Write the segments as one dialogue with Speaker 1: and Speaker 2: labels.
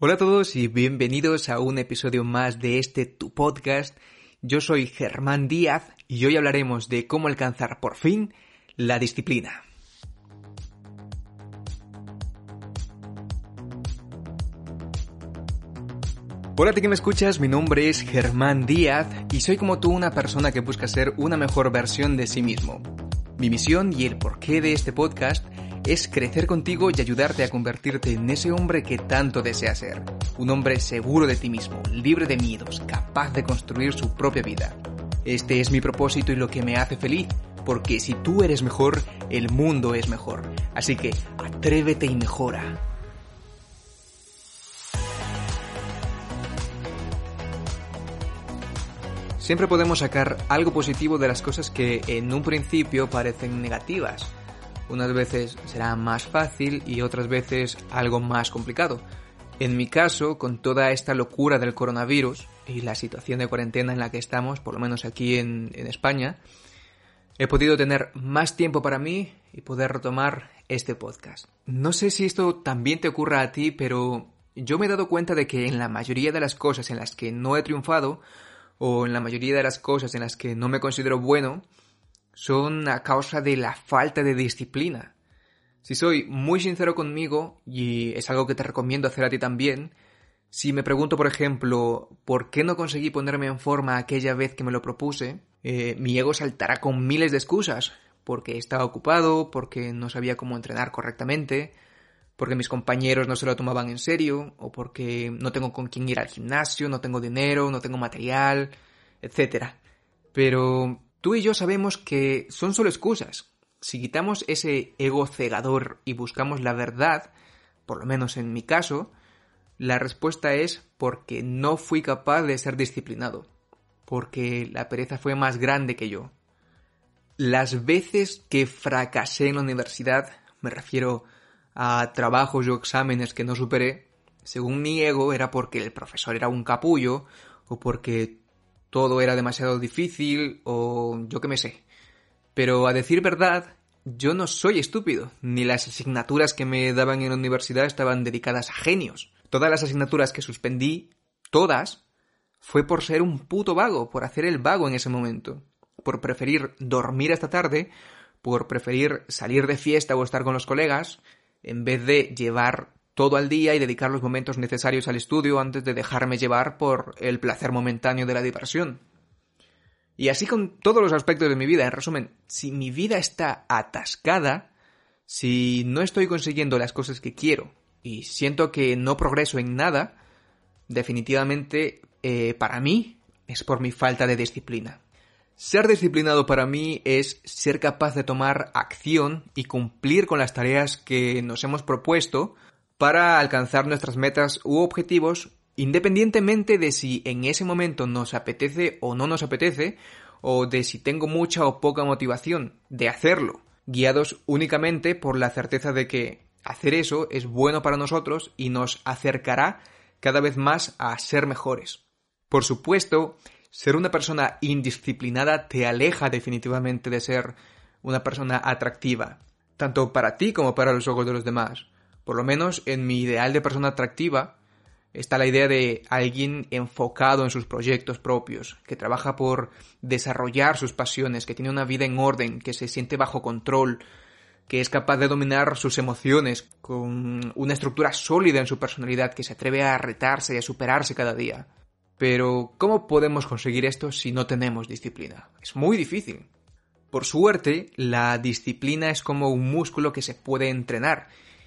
Speaker 1: Hola a todos y bienvenidos a un episodio más de tu podcast. Yo soy Germán Díaz y hoy hablaremos de cómo alcanzar por fin la disciplina. Hola a ti que me escuchas, mi nombre es Germán Díaz y soy como tú una persona que busca ser una mejor versión de sí mismo. Mi misión y el porqué de este podcast es crecer contigo y ayudarte a convertirte en ese hombre que tanto deseas ser. Un hombre seguro de ti mismo, libre de miedos, capaz de construir su propia vida. Este es mi propósito y lo que me hace feliz, porque si tú eres mejor, el mundo es mejor. Así que atrévete y mejora. Siempre podemos sacar algo positivo de las cosas que en un principio parecen negativas. Unas veces será más fácil y otras veces algo más complicado. En mi caso, con toda esta locura del coronavirus y la situación de cuarentena en la que estamos, por lo menos aquí en España, he podido tener más tiempo para mí y poder retomar este podcast. No sé si esto también te ocurra a ti, pero yo me he dado cuenta de que en la mayoría de las cosas en las que no he triunfado, o en la mayoría de las cosas en las que no me considero bueno, son a causa de la falta de disciplina. Si soy muy sincero conmigo, y es algo que te recomiendo hacer a ti también, si me pregunto, por ejemplo, ¿por qué no conseguí ponerme en forma aquella vez que me lo propuse? Mi ego saltará con miles de excusas, porque estaba ocupado, porque no sabía cómo entrenar correctamente, porque mis compañeros no se lo tomaban en serio, o porque no tengo con quién ir al gimnasio, no tengo dinero, no tengo material, etc. Pero tú y yo sabemos que son solo excusas. Si quitamos ese ego cegador y buscamos la verdad, por lo menos en mi caso, la respuesta es porque no fui capaz de ser disciplinado, porque la pereza fue más grande que yo. Las veces que fracasé en la universidad, me refiero a trabajos o exámenes que no superé, según mi ego era porque el profesor era un capullo, o porque todo era demasiado difícil, o yo qué me sé. Pero a decir verdad, yo no soy estúpido, ni las asignaturas que me daban en la universidad estaban dedicadas a genios. Todas las asignaturas que suspendí, todas, fue por ser un puto vago, por hacer el vago en ese momento, por preferir dormir hasta tarde, por preferir salir de fiesta o estar con los colegas, en vez de llevar todo al día y dedicar los momentos necesarios al estudio antes de dejarme llevar por el placer momentáneo de la diversión. Y así con todos los aspectos de mi vida. En resumen, si mi vida está atascada, si no estoy consiguiendo las cosas que quiero y siento que no progreso en nada, definitivamente para mí es por mi falta de disciplina. Ser disciplinado para mí es ser capaz de tomar acción y cumplir con las tareas que nos hemos propuesto para alcanzar nuestras metas u objetivos, independientemente de si en ese momento nos apetece o no nos apetece, o de si tengo mucha o poca motivación de hacerlo, guiados únicamente por la certeza de que hacer eso es bueno para nosotros y nos acercará cada vez más a ser mejores. Por supuesto, ser una persona indisciplinada te aleja definitivamente de ser una persona atractiva, tanto para ti como para los ojos de los demás. Por lo menos en mi ideal de persona atractiva está la idea de alguien enfocado en sus proyectos propios, que trabaja por desarrollar sus pasiones, que tiene una vida en orden, que se siente bajo control, que es capaz de dominar sus emociones con una estructura sólida en su personalidad, que se atreve a retarse y a superarse cada día. Pero, ¿cómo podemos conseguir esto si no tenemos disciplina? Es muy difícil. Por suerte, la disciplina es como un músculo que se puede entrenar.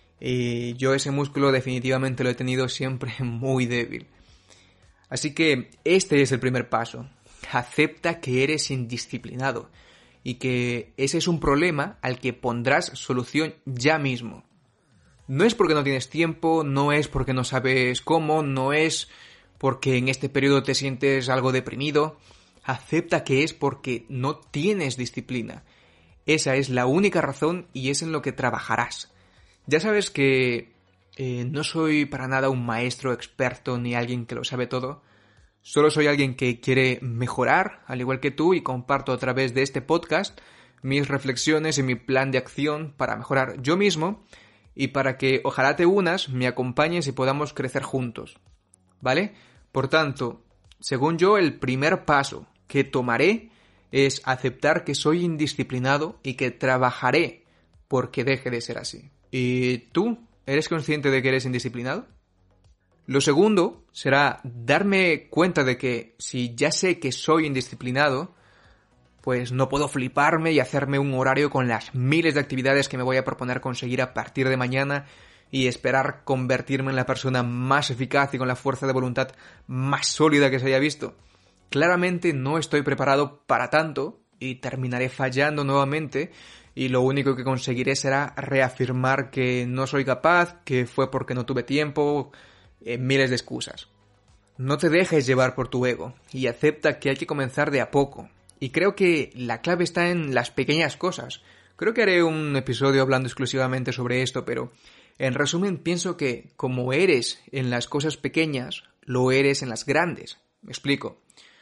Speaker 1: Yo ese músculo definitivamente lo he tenido siempre muy débil. Así que este es el primer paso. Acepta que eres indisciplinado y que ese es un problema al que pondrás solución ya mismo. No es porque no tienes tiempo, no es porque no sabes cómo, no es porque en este periodo te sientes algo deprimido. Acepta que es porque no tienes disciplina. Esa es la única razón y es en lo que trabajarás. Ya sabes que no soy para nada un maestro experto ni alguien que lo sabe todo. Solo soy alguien que quiere mejorar, al igual que tú, y comparto a través de este podcast mis reflexiones y mi plan de acción para mejorar yo mismo y para que ojalá te unas, me acompañes y podamos crecer juntos, ¿vale? Por tanto, según yo, el primer paso que tomaré es aceptar que soy indisciplinado y que trabajaré porque deje de ser así. ¿Y tú? ¿Eres consciente de que eres indisciplinado? Lo segundo será darme cuenta de que si ya sé que soy indisciplinado, pues no puedo fliparme y hacerme un horario con las miles de actividades que me voy a proponer conseguir a partir de mañana y esperar convertirme en la persona más eficaz y con la fuerza de voluntad más sólida que se haya visto. Claramente no estoy preparado para tanto y terminaré fallando nuevamente y lo único que conseguiré será reafirmar que no soy capaz, que fue porque no tuve tiempo, miles de excusas. No te dejes llevar por tu ego y acepta que hay que comenzar de a poco. Y creo que la clave está en las pequeñas cosas. Creo que haré un episodio hablando exclusivamente sobre esto, pero en resumen pienso que como eres en las cosas pequeñas, lo eres en las grandes. Me explico.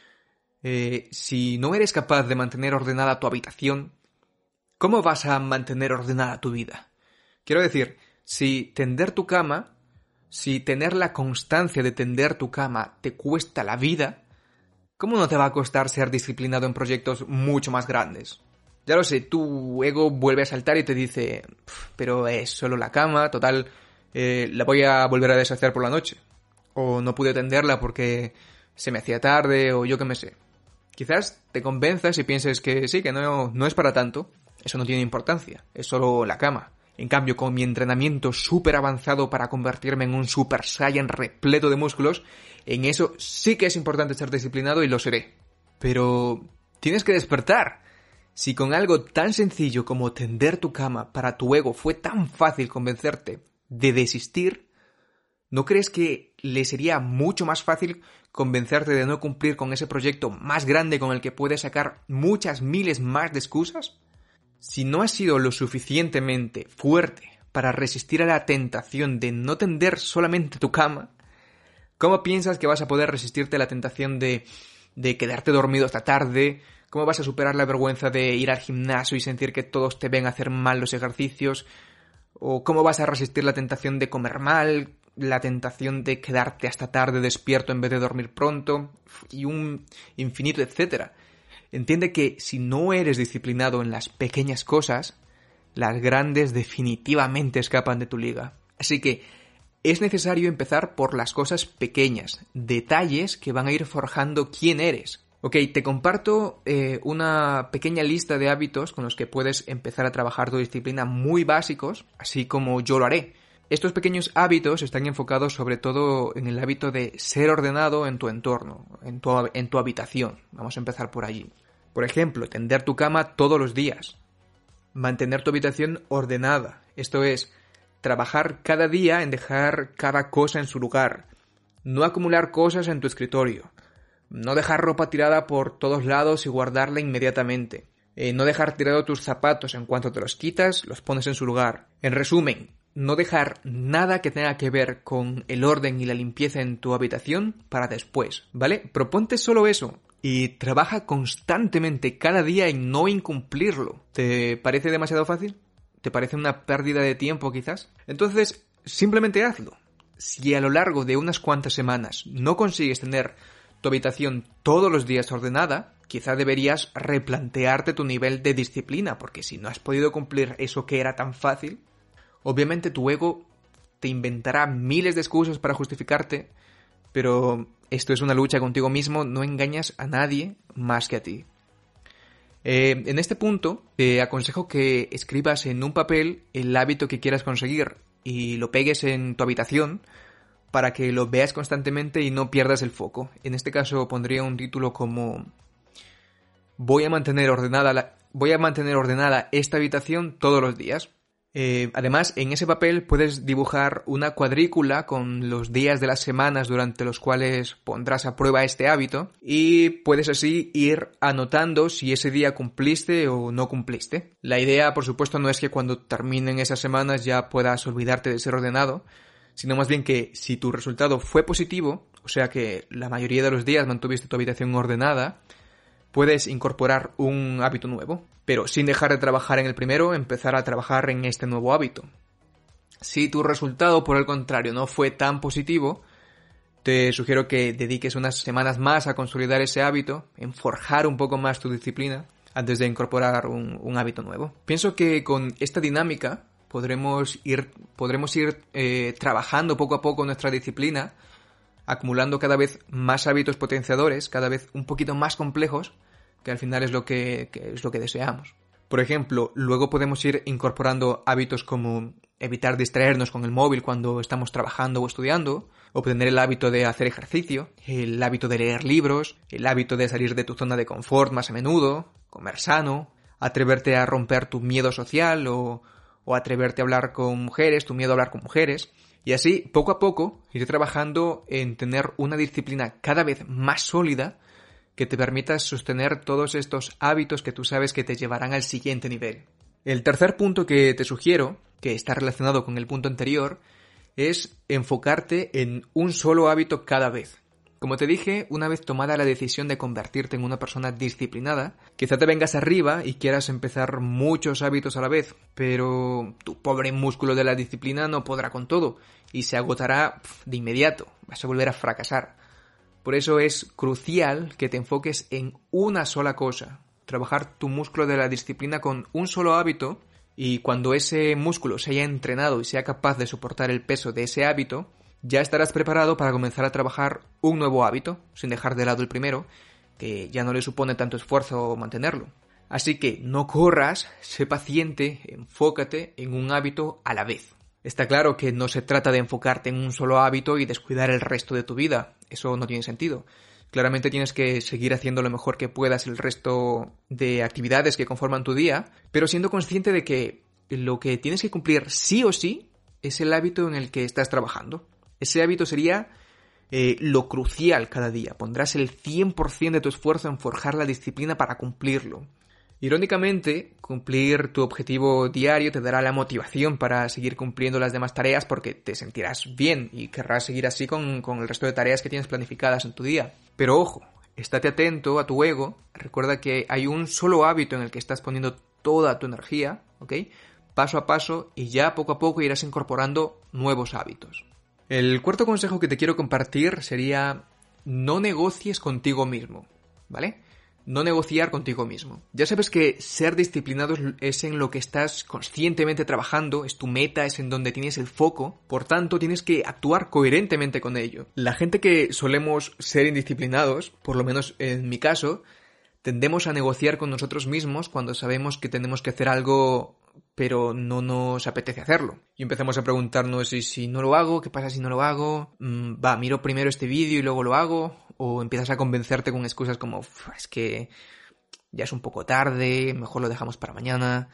Speaker 1: Si no eres capaz de mantener ordenada tu habitación, ¿cómo vas a mantener ordenada tu vida? Quiero decir, si tender tu cama, si tener la constancia de tender tu cama te cuesta la vida, ¿cómo no te va a costar ser disciplinado en proyectos mucho más grandes? Ya lo sé, tu ego vuelve a saltar y te dice, pero es solo la cama, total, la voy a volver a deshacer por la noche. O no pude tenderla porque se me hacía tarde o yo qué me sé. Quizás te convenzas y pienses que sí, que no es para tanto. Eso no tiene importancia, es solo la cama. En cambio, con mi entrenamiento súper avanzado para convertirme en un Super Saiyan repleto de músculos, en eso sí que es importante ser disciplinado y lo seré. Pero tienes que despertar. Si con algo tan sencillo como tender tu cama para tu ego fue tan fácil convencerte de desistir, ¿no crees que le sería mucho más fácil convencerte de no cumplir con ese proyecto más grande con el que puedes sacar muchas miles más de excusas? Si no has sido lo suficientemente fuerte para resistir a la tentación de no tender solamente tu cama, ¿cómo piensas que vas a poder resistirte a la tentación de quedarte dormido hasta tarde? ¿Cómo vas a superar la vergüenza de ir al gimnasio y sentir que todos te ven hacer mal los ejercicios? ¿O cómo vas a resistir la tentación de comer mal? La tentación de quedarte hasta tarde despierto en vez de dormir pronto, y un infinito etcétera. Entiende que si no eres disciplinado en las pequeñas cosas, las grandes definitivamente escapan de tu liga. Así que es necesario empezar por las cosas pequeñas, detalles que van a ir forjando quién eres. Ok, te comparto una pequeña lista de hábitos con los que puedes empezar a trabajar tu disciplina muy básicos, así como yo lo haré. Estos pequeños hábitos están enfocados sobre todo en el hábito de ser ordenado en tu entorno, en tu habitación. Vamos a empezar por allí. Por ejemplo, tender tu cama todos los días. Mantener tu habitación ordenada. Esto es, trabajar cada día en dejar cada cosa en su lugar. No acumular cosas en tu escritorio. No dejar ropa tirada por todos lados y guardarla inmediatamente. No dejar tirado tus zapatos. En cuanto te los quitas, los pones en su lugar. En resumen, no dejar nada que tenga que ver con el orden y la limpieza en tu habitación para después, ¿vale? Proponte solo eso y trabaja constantemente cada día en no incumplirlo. ¿Te parece demasiado fácil? ¿Te parece una pérdida de tiempo quizás? Entonces, simplemente hazlo. Si a lo largo de unas cuantas semanas no consigues tener tu habitación todos los días ordenada, quizá deberías replantearte tu nivel de disciplina, porque si no has podido cumplir eso que era tan fácil, obviamente tu ego te inventará miles de excusas para justificarte, pero esto es una lucha contigo mismo, no engañas a nadie más que a ti. En este punto, te aconsejo que escribas en un papel el hábito que quieras conseguir y lo pegues en tu habitación para que lo veas constantemente y no pierdas el foco. En este caso pondría un título como voy a mantener ordenada esta habitación todos los días. Además, en ese papel puedes dibujar una cuadrícula con los días de las semanas durante los cuales pondrás a prueba este hábito y puedes así ir anotando si ese día cumpliste o no cumpliste. La idea, por supuesto, no es que cuando terminen esas semanas ya puedas olvidarte de ser ordenado, sino más bien que si tu resultado fue positivo, o sea que la mayoría de los días mantuviste tu habitación ordenada, puedes incorporar un hábito nuevo, pero sin dejar de trabajar en el primero, empezar a trabajar en este nuevo hábito. Si tu resultado, por el contrario, no fue tan positivo, te sugiero que dediques unas semanas más a consolidar ese hábito, en forjar un poco más tu disciplina, antes de incorporar un hábito nuevo. Pienso que con esta dinámica podremos ir trabajando poco a poco nuestra disciplina, acumulando cada vez más hábitos potenciadores, cada vez un poquito más complejos, que al final es lo que deseamos. Por ejemplo, luego podemos ir incorporando hábitos como evitar distraernos con el móvil cuando estamos trabajando o estudiando, o tener el hábito de hacer ejercicio, el hábito de leer libros, el hábito de salir de tu zona de confort más a menudo, comer sano, atreverte a romper tu miedo social o atreverte a hablar con mujeres, tu miedo a hablar con mujeres. Y así, poco a poco, ir trabajando en tener una disciplina cada vez más sólida que te permita sostener todos estos hábitos que tú sabes que te llevarán al siguiente nivel. El tercer punto que te sugiero, que está relacionado con el punto anterior, es enfocarte en un solo hábito cada vez. Como te dije, una vez tomada la decisión de convertirte en una persona disciplinada, quizá te vengas arriba y quieras empezar muchos hábitos a la vez, pero tu pobre músculo de la disciplina no podrá con todo y se agotará de inmediato, vas a volver a fracasar. Por eso es crucial que te enfoques en una sola cosa, trabajar tu músculo de la disciplina con un solo hábito, y cuando ese músculo se haya entrenado y sea capaz de soportar el peso de ese hábito, ya estarás preparado para comenzar a trabajar un nuevo hábito, sin dejar de lado el primero, que ya no le supone tanto esfuerzo mantenerlo. Así que no corras, sé paciente, enfócate en un hábito a la vez. Está claro que no se trata de enfocarte en un solo hábito y descuidar el resto de tu vida. Eso no tiene sentido. Claramente tienes que seguir haciendo lo mejor que puedas el resto de actividades que conforman tu día, pero siendo consciente de que lo que tienes que cumplir sí o sí es el hábito en el que estás trabajando. Ese hábito sería lo crucial cada día. Pondrás el 100% de tu esfuerzo en forjar la disciplina para cumplirlo. Irónicamente, cumplir tu objetivo diario te dará la motivación para seguir cumpliendo las demás tareas porque te sentirás bien y querrás seguir así con el resto de tareas que tienes planificadas en tu día. Pero ojo, estate atento a tu ego, recuerda que hay un solo hábito en el que estás poniendo toda tu energía, ¿ok? Paso a paso y ya poco a poco irás incorporando nuevos hábitos. El cuarto consejo que te quiero compartir sería no negocies contigo mismo, ¿vale? No negociar contigo mismo. Ya sabes que ser disciplinado es en lo que estás conscientemente trabajando, es tu meta, es en donde tienes el foco, por tanto tienes que actuar coherentemente con ello. La gente que solemos ser indisciplinados, por lo menos en mi caso, tendemos a negociar con nosotros mismos cuando sabemos que tenemos que hacer algo pero no nos apetece hacerlo. Y empezamos a preguntarnos si no lo hago, ¿qué pasa si no lo hago? Miro primero este vídeo y luego lo hago. O empiezas a convencerte con excusas como es que ya es un poco tarde, mejor lo dejamos para mañana.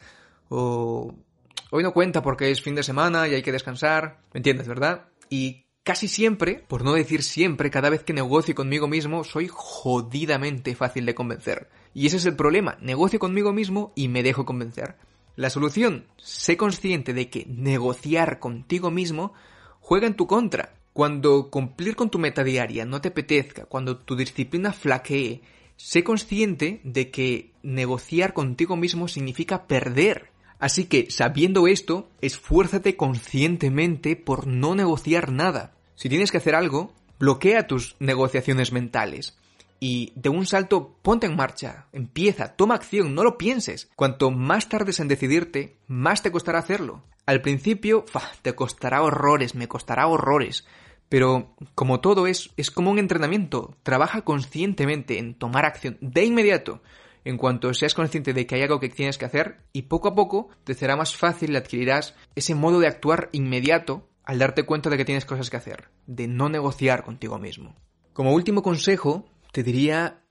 Speaker 1: O hoy no cuenta porque es fin de semana y hay que descansar. ¿Me entiendes, verdad? Y casi siempre, por no decir siempre, cada vez que negocio conmigo mismo, soy jodidamente fácil de convencer. Y ese es el problema. Negocio conmigo mismo y me dejo convencer. La solución, sé consciente de que negociar contigo mismo juega en tu contra. Cuando cumplir con tu meta diaria no te apetezca, cuando tu disciplina flaquee, sé consciente de que negociar contigo mismo significa perder. Así que, sabiendo esto, esfuérzate conscientemente por no negociar nada. Si tienes que hacer algo, bloquea tus negociaciones mentales. Y de un salto, ponte en marcha, empieza, toma acción, no lo pienses. Cuanto más tardes en decidirte, más te costará hacerlo. Al principio, te costará horrores, me costará horrores. Pero como todo es como un entrenamiento, trabaja conscientemente en tomar acción de inmediato. En cuanto seas consciente de que hay algo que tienes que hacer, y poco a poco te será más fácil, adquirirás ese modo de actuar inmediato al darte cuenta de que tienes cosas que hacer, de no negociar contigo mismo. Como último consejo, te diría,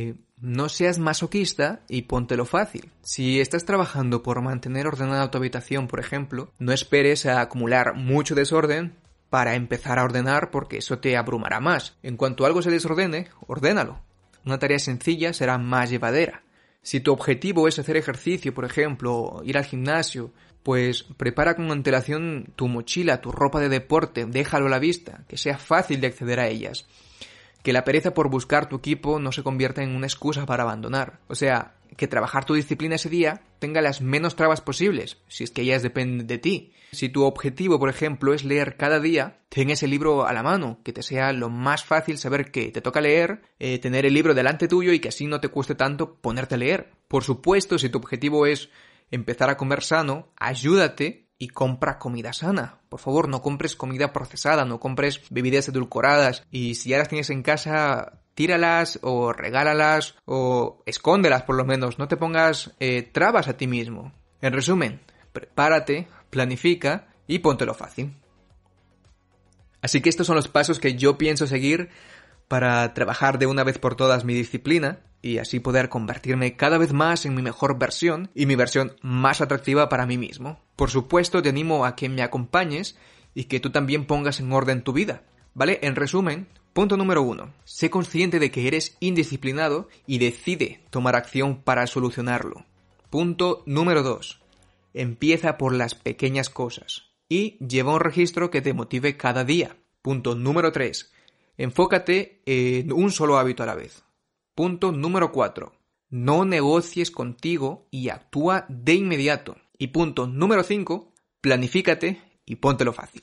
Speaker 1: no seas masoquista y póntelo fácil. Si estás trabajando por mantener ordenada tu habitación, por ejemplo, no esperes a acumular mucho desorden para empezar a ordenar porque eso te abrumará más. En cuanto algo se desordene, ordénalo. Una tarea sencilla será más llevadera. Si tu objetivo es hacer ejercicio, por ejemplo, o ir al gimnasio, pues prepara con antelación tu mochila, tu ropa de deporte, déjalo a la vista, que sea fácil de acceder a ellas. que la pereza por buscar tu equipo no se convierta en una excusa para abandonar. O sea, que trabajar tu disciplina ese día tenga las menos trabas posibles, si es que ellas dependen de ti. Si tu objetivo, por ejemplo, es leer cada día, ten ese libro a la mano, que te sea lo más fácil saber que te toca leer, tener el libro delante tuyo y que así no te cueste tanto ponerte a leer. Por supuesto, si tu objetivo es empezar a comer sano, ayúdate y compra comida sana. Por favor, no compres comida procesada, no compres bebidas edulcoradas. Y si ya las tienes en casa, tíralas o regálalas o escóndelas por lo menos. No te pongas trabas a ti mismo. En resumen, prepárate, planifica y póntelo fácil. Así que estos son los pasos que yo pienso seguir para trabajar de una vez por todas mi disciplina y así poder convertirme cada vez más en mi mejor versión y mi versión más atractiva para mí mismo. Por supuesto, te animo a que me acompañes y que tú también pongas en orden tu vida, ¿vale? En resumen, punto número 1. Sé consciente de que eres indisciplinado y decide tomar acción para solucionarlo. Punto número 2. Empieza por las pequeñas cosas y lleva un registro que te motive cada día. Punto número 3. Enfócate en un solo hábito a la vez. Punto número 4. No negocies contigo y actúa de inmediato. Y punto número 5. Planifícate y póntelo fácil.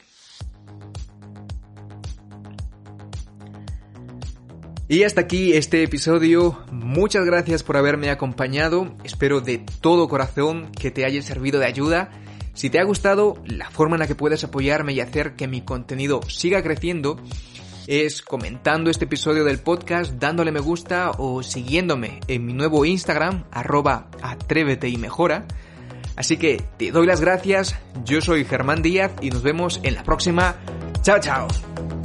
Speaker 1: Y hasta aquí este episodio. Muchas gracias por haberme acompañado. Espero de todo corazón que te haya servido de ayuda. Si te ha gustado, la forma en la que puedes apoyarme y hacer que mi contenido siga creciendo es comentando este episodio del podcast, dándole me gusta o siguiéndome en mi nuevo Instagram, @atréveteyMejora. Así que te doy las gracias, yo soy Germán Díaz y nos vemos en la próxima. ¡Chao, chao!